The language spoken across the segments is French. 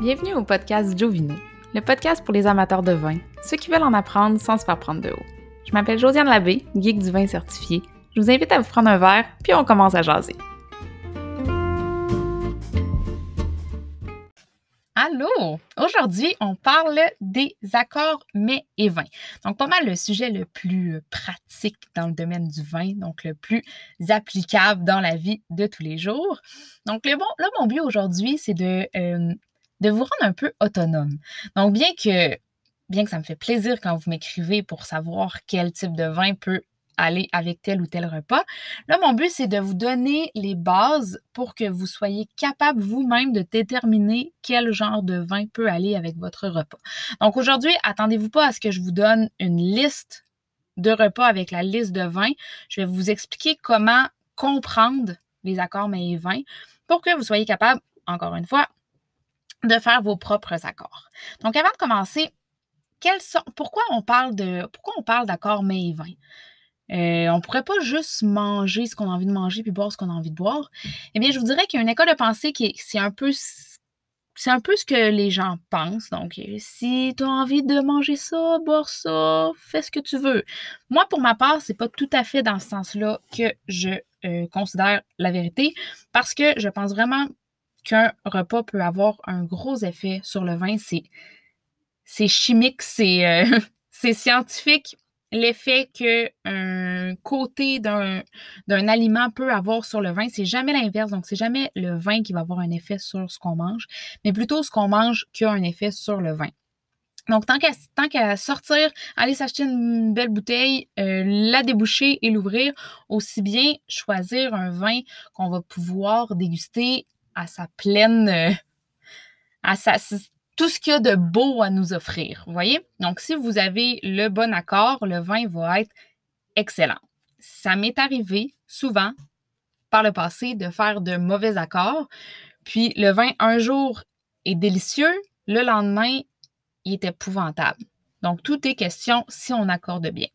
Bienvenue au podcast Jovino, le podcast pour les amateurs de vin, ceux qui veulent en apprendre sans se faire prendre de haut. Je m'appelle Josiane Labbé, geek du vin certifié. Je vous invite à vous prendre un verre, puis on commence à jaser. Allô! Aujourd'hui, on parle des accords mets et vins. Donc, pas mal le sujet le plus pratique dans le domaine du vin, donc le plus applicable dans la vie de tous les jours. Donc, mon but aujourd'hui, c'est de vous rendre un peu autonome. Donc, bien que ça me fait plaisir quand vous m'écrivez pour savoir quel type de vin peut aller avec tel ou tel repas, là, mon but, c'est de vous donner les bases pour que vous soyez capable vous-même de déterminer quel genre de vin peut aller avec votre repas. Donc, aujourd'hui, attendez-vous pas à ce que je vous donne une liste de repas avec la liste de vins. Je vais vous expliquer comment comprendre les accords mets et vins pour que vous soyez capable, encore une fois, de faire vos propres accords. Donc, avant de commencer, pourquoi on parle d'accords mets et vins? On ne pourrait pas juste manger ce qu'on a envie de manger puis boire ce qu'on a envie de boire. Eh bien, je vous dirais qu'il y a une école de pensée c'est un peu ce que les gens pensent. Donc, si tu as envie de manger ça, boire ça, fais ce que tu veux. Moi, pour ma part, c'est pas tout à fait dans ce sens-là que je considère la vérité parce que je pense vraiment qu'un repas peut avoir un gros effet sur le vin. C'est chimique, c'est scientifique. L'effet qu'un côté d'un aliment peut avoir sur le vin, c'est jamais l'inverse. Donc, c'est jamais le vin qui va avoir un effet sur ce qu'on mange, mais plutôt ce qu'on mange qui a un effet sur le vin. Donc, tant qu'à sortir, aller s'acheter une belle bouteille, la déboucher et l'ouvrir, aussi bien choisir un vin qu'on va pouvoir déguster à sa pleine... tout ce qu'il y a de beau à nous offrir, vous voyez? Donc, si vous avez le bon accord, le vin va être excellent. Ça m'est arrivé souvent, par le passé, de faire de mauvais accords. Puis, le vin, un jour, est délicieux. Le lendemain, il est épouvantable. Donc, tout est question si on accorde bien.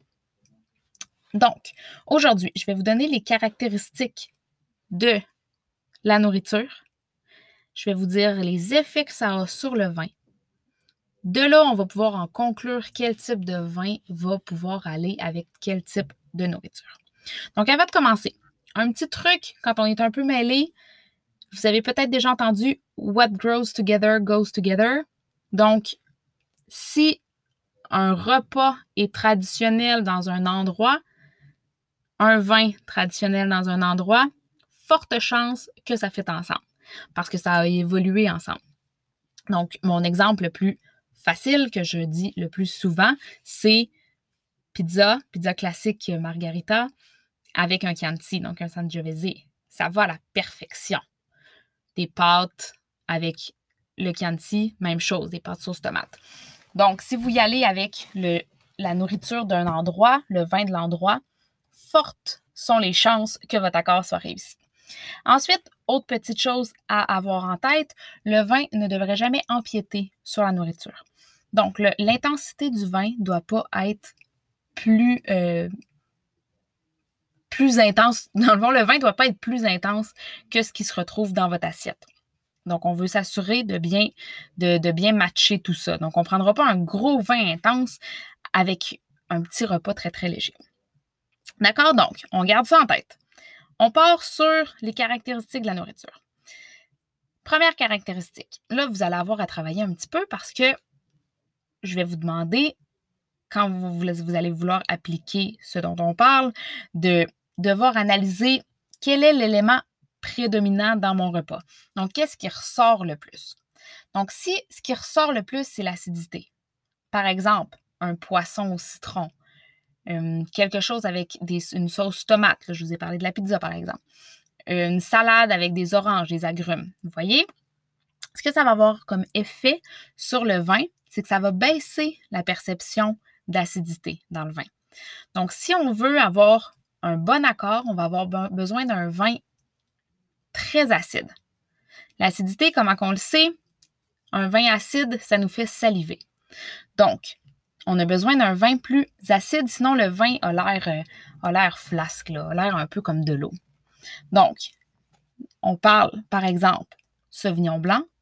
Donc, aujourd'hui, je vais vous donner les caractéristiques de la nourriture. Je vais vous dire les effets que ça a sur le vin. De là, on va pouvoir en conclure quel type de vin va pouvoir aller avec quel type de nourriture. Donc, avant de commencer, un petit truc, quand on est un peu mêlé, vous avez peut-être déjà entendu « What grows together goes together ». Donc, si un repas est traditionnel dans un endroit, un vin traditionnel dans un endroit, forte chance que ça fait ensemble parce que ça a évolué ensemble. Donc, mon exemple le plus facile que je dis le plus souvent, c'est pizza classique margarita avec un Chianti, donc un Sangiovese. Ça va à la perfection. Des pâtes avec le Chianti, même chose, des pâtes sauce tomate. Donc, si vous y allez avec la nourriture d'un endroit, le vin de l'endroit, fortes sont les chances que votre accord soit réussi. Ensuite, autre petite chose à avoir en tête, le vin ne devrait jamais empiéter sur la nourriture. Donc, l'intensité du vin ne doit pas être plus intense. Dans le fond, le vin ne doit pas être plus intense que ce qui se retrouve dans votre assiette. Donc, on veut s'assurer de bien matcher tout ça. Donc, on ne prendra pas un gros vin intense avec un petit repas très, très léger. D'accord? Donc, on garde ça en tête. On part sur les caractéristiques de la nourriture. Première caractéristique. Là, vous allez avoir à travailler un petit peu parce que je vais vous demander, quand vous allez vouloir appliquer ce dont on parle, de devoir analyser quel est l'élément prédominant dans mon repas. Donc, qu'est-ce qui ressort le plus? Donc, si ce qui ressort le plus, c'est l'acidité, par exemple, un poisson au citron, quelque chose avec une sauce tomate, là, je vous ai parlé de la pizza, par exemple, une salade avec des oranges, des agrumes, vous voyez? Ce que ça va avoir comme effet sur le vin, c'est que ça va baisser la perception d'acidité dans le vin. Donc, si on veut avoir un bon accord, on va avoir besoin d'un vin très acide. L'acidité, comment on le sait, un vin acide, ça nous fait saliver. Donc, on a besoin d'un vin plus acide, sinon le vin a l'air flasque, là, a l'air un peu comme de l'eau. Donc, on parle, par exemple, Sauvignon blanc,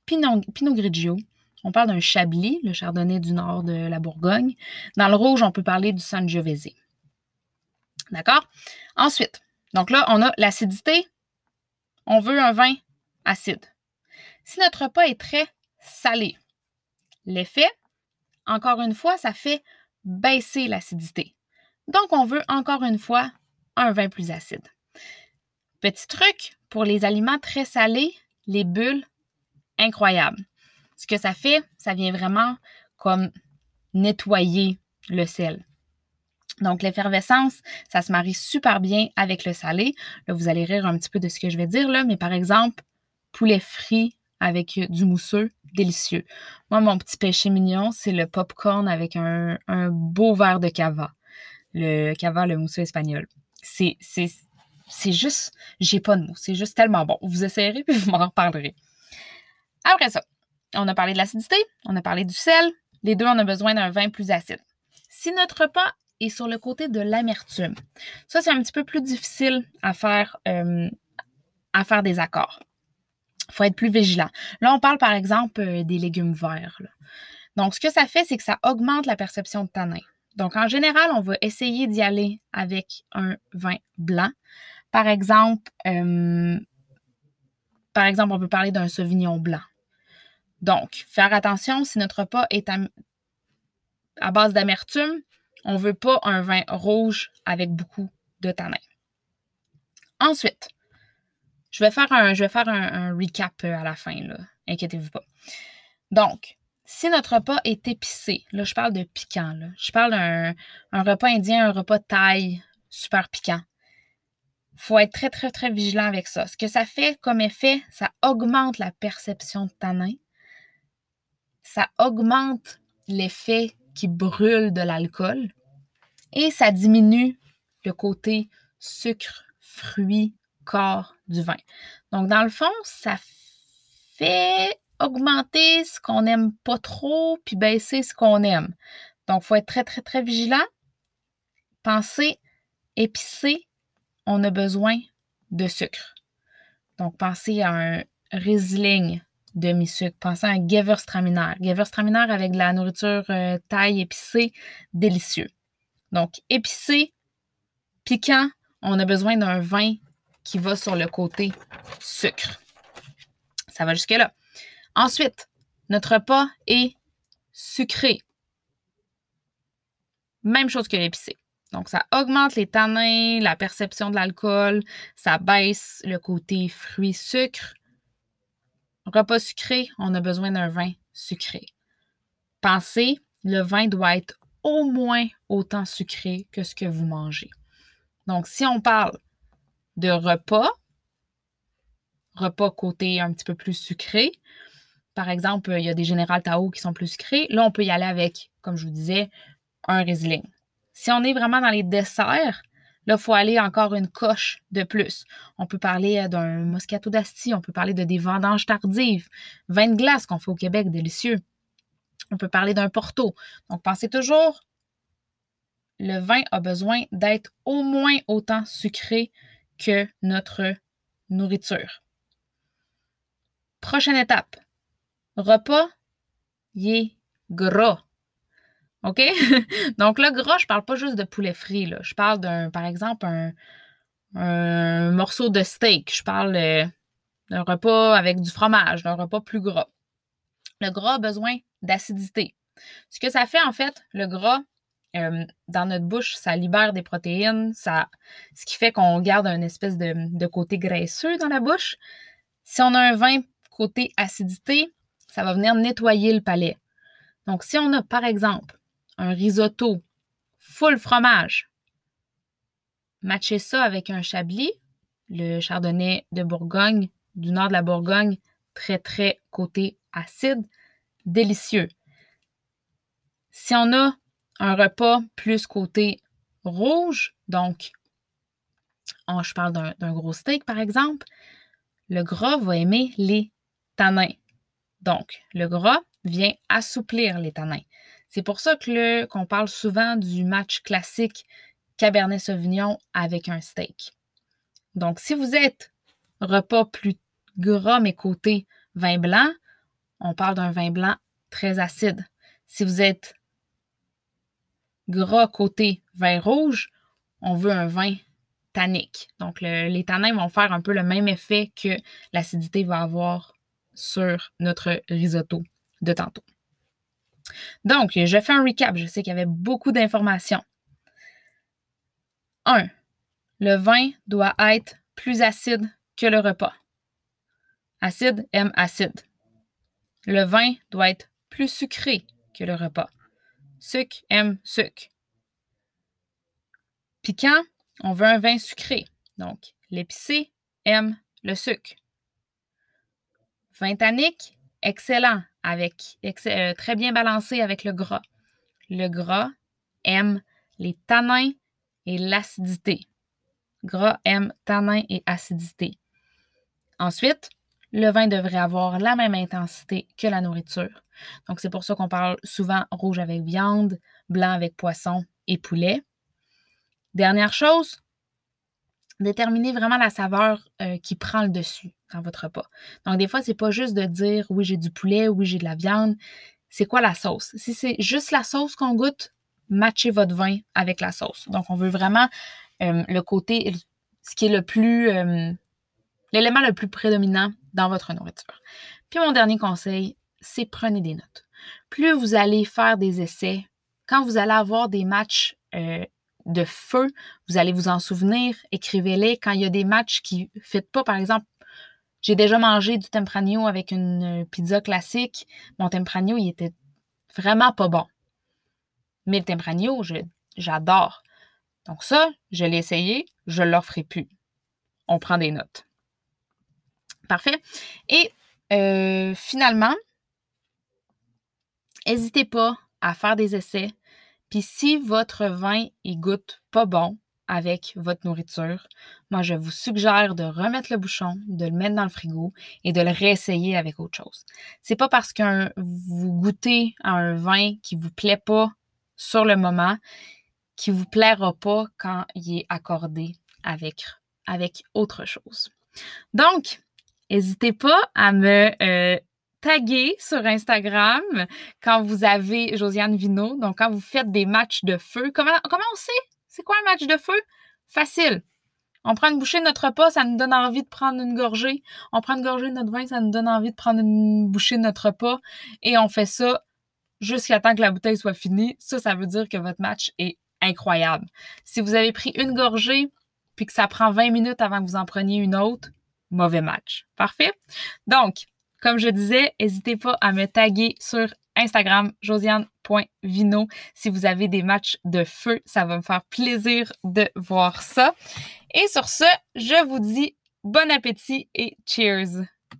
Pinot Grigio. On parle d'un Chablis, le chardonnay du nord de la Bourgogne. Dans le rouge, on peut parler du Sangiovese. D'accord? Ensuite, donc là, on a l'acidité. On veut un vin acide. Si notre repas est très salé, l'effet, encore une fois, ça fait baisser l'acidité. Donc, on veut encore une fois un vin plus acide. Petit truc, pour les aliments très salés, les bulles, incroyable. Ce que ça fait, ça vient vraiment comme nettoyer le sel. Donc, l'effervescence, ça se marie super bien avec le salé. Là, vous allez rire un petit peu de ce que je vais dire, là, mais par exemple, poulet frit avec du mousseux, délicieux. Moi, mon petit péché mignon, c'est le popcorn avec un beau verre de cava. Le cava, le mousseux espagnol. C'est juste, j'ai pas de mots, c'est juste tellement bon. Vous essayerez puis vous m'en reparlerez. Après ça, on a parlé de l'acidité, on a parlé du sel. Les deux, on a besoin d'un vin plus acide. Si notre repas est sur le côté de l'amertume, ça, c'est un petit peu plus difficile à faire des accords. Il faut être plus vigilant. Là, on parle par exemple des légumes verts. Là. Donc, ce que ça fait, c'est que ça augmente la perception de tanin. Donc, en général, on va essayer d'y aller avec un vin blanc. Par exemple, on peut parler d'un Sauvignon blanc. Donc, faire attention, si notre repas est à base d'amertume, on ne veut pas un vin rouge avec beaucoup de tanin. Ensuite, je vais faire un recap à la fin, là. Inquiétez-vous pas. Donc, si notre repas est épicé, là, je parle de piquant, là. Je parle d'un repas indien, un repas thaï super piquant. Il faut être très, très, très vigilant avec ça. Ce que ça fait comme effet, ça augmente la perception de tanin. Ça augmente l'effet qui brûle de l'alcool et ça diminue le côté sucre, fruits, corps du vin. Donc, dans le fond, ça fait augmenter ce qu'on n'aime pas trop puis baisser ce qu'on aime. Donc, il faut être très, très, très vigilant. Pensez épicé, on a besoin de sucre. Donc, pensez à un Riesling demi-sucre. Pensez à un Gewürztraminer. Gewürztraminer avec de la nourriture thaï épicée, délicieux. Donc, épicé, piquant, on a besoin d'un vin qui va sur le côté sucre. Ça va jusque-là. Ensuite, notre repas est sucré. Même chose que l'épicé. Donc, ça augmente les tanins, la perception de l'alcool, ça baisse le côté fruits-sucre. Repas sucré, on a besoin d'un vin sucré. Pensez, le vin doit être au moins autant sucré que ce que vous mangez. Donc, si on parle de repas côté un petit peu plus sucré, par exemple, il y a des Général Tao qui sont plus sucrés. Là, on peut y aller avec, comme je vous disais, un Riesling. Si on est vraiment dans les desserts, là, il faut aller encore une coche de plus. On peut parler d'un Moscato d'Asti, on peut parler de des vendanges tardives, vin de glace qu'on fait au Québec, délicieux. On peut parler d'un Porto. Donc, pensez toujours, le vin a besoin d'être au moins autant sucré que notre nourriture. Prochaine étape. Repas, il est gras. OK? Donc, le gras, je parle pas juste de poulet frit. Là. Je parle par exemple, un morceau de steak. Je parle d'un repas avec du fromage, d'un repas plus gras. Le gras a besoin d'acidité. Ce que ça fait, en fait, le gras, dans notre bouche, ça libère des protéines, ce qui fait qu'on garde une espèce de côté graisseux dans la bouche. Si on a un vin côté acidité, ça va venir nettoyer le palais. Donc, si on a, par exemple, un risotto full fromage, matchez ça avec un Chablis, le chardonnay de Bourgogne, du nord de la Bourgogne, très, très côté acide, délicieux. Si on a un repas plus côté rouge, donc je parle d'un gros steak par exemple, le gras va aimer les tanins. Donc, le gras vient assouplir les tanins. C'est pour ça qu'on parle souvent du match classique Cabernet Sauvignon avec un steak. Donc, si vous êtes repas plus gras mais côté vin blanc, on parle d'un vin blanc très acide. Si vous êtes gras côté vin rouge, on veut un vin tannique. Donc, les tanins vont faire un peu le même effet que l'acidité va avoir sur notre risotto de tantôt. Donc, je fais un recap. Je sais qu'il y avait beaucoup d'informations. 1. Le vin doit être plus acide que le repas. Acide aime acide. Le vin doit être plus sucré que le repas. Sucre aime sucre. Piquant, on veut un vin sucré. Donc, l'épicé aime le sucre. Vin tannique, excellent, très bien balancé avec le gras. Le gras aime les tanins et l'acidité. Gras aime tanins et acidité. Ensuite, le vin devrait avoir la même intensité que la nourriture. Donc, c'est pour ça qu'on parle souvent rouge avec viande, blanc avec poisson et poulet. Dernière chose, déterminez vraiment la saveur qui prend le dessus dans votre repas. Donc, des fois, c'est pas juste de dire « oui, j'ai du poulet » ou « oui, j'ai de la viande ». C'est quoi la sauce? Si c'est juste la sauce qu'on goûte, matchez votre vin avec la sauce. Donc, on veut vraiment le côté, ce qui est le plus, l'élément le plus prédominant dans votre nourriture. Puis, mon dernier conseil, c'est prenez des notes. Plus vous allez faire des essais, quand vous allez avoir des matchs de feu, vous allez vous en souvenir, écrivez-les. Quand il y a des matchs qui ne fitent pas, par exemple, j'ai déjà mangé du Tempranillo avec une pizza classique. Mon Tempranillo, il était vraiment pas bon. Mais le Tempranillo, j'adore. Donc ça, je l'ai essayé, je ne le referai plus. On prend des notes. Parfait. Et finalement, n'hésitez pas à faire des essais. Puis si votre vin, il goûte pas bon avec votre nourriture, moi, je vous suggère de remettre le bouchon, de le mettre dans le frigo et de le réessayer avec autre chose. C'est pas parce que vous goûtez à un vin qui vous plaît pas sur le moment qui vous plaira pas quand il est accordé avec autre chose. Donc, n'hésitez pas à me taguer sur Instagram quand vous avez Josiane Vino. Donc, quand vous faites des matchs de feu, comment on sait? C'est quoi un match de feu? Facile. On prend une bouchée de notre repas, ça nous donne envie de prendre une gorgée. On prend une gorgée de notre vin, ça nous donne envie de prendre une bouchée de notre repas. Et on fait ça jusqu'à temps que la bouteille soit finie. Ça veut dire que votre match est incroyable. Si vous avez pris une gorgée puis que ça prend 20 minutes avant que vous en preniez une autre, mauvais match. Parfait? Donc, comme je disais, n'hésitez pas à me taguer sur Instagram, josiane.vino. Si vous avez des matchs de feu, ça va me faire plaisir de voir ça. Et sur ce, je vous dis bon appétit et cheers!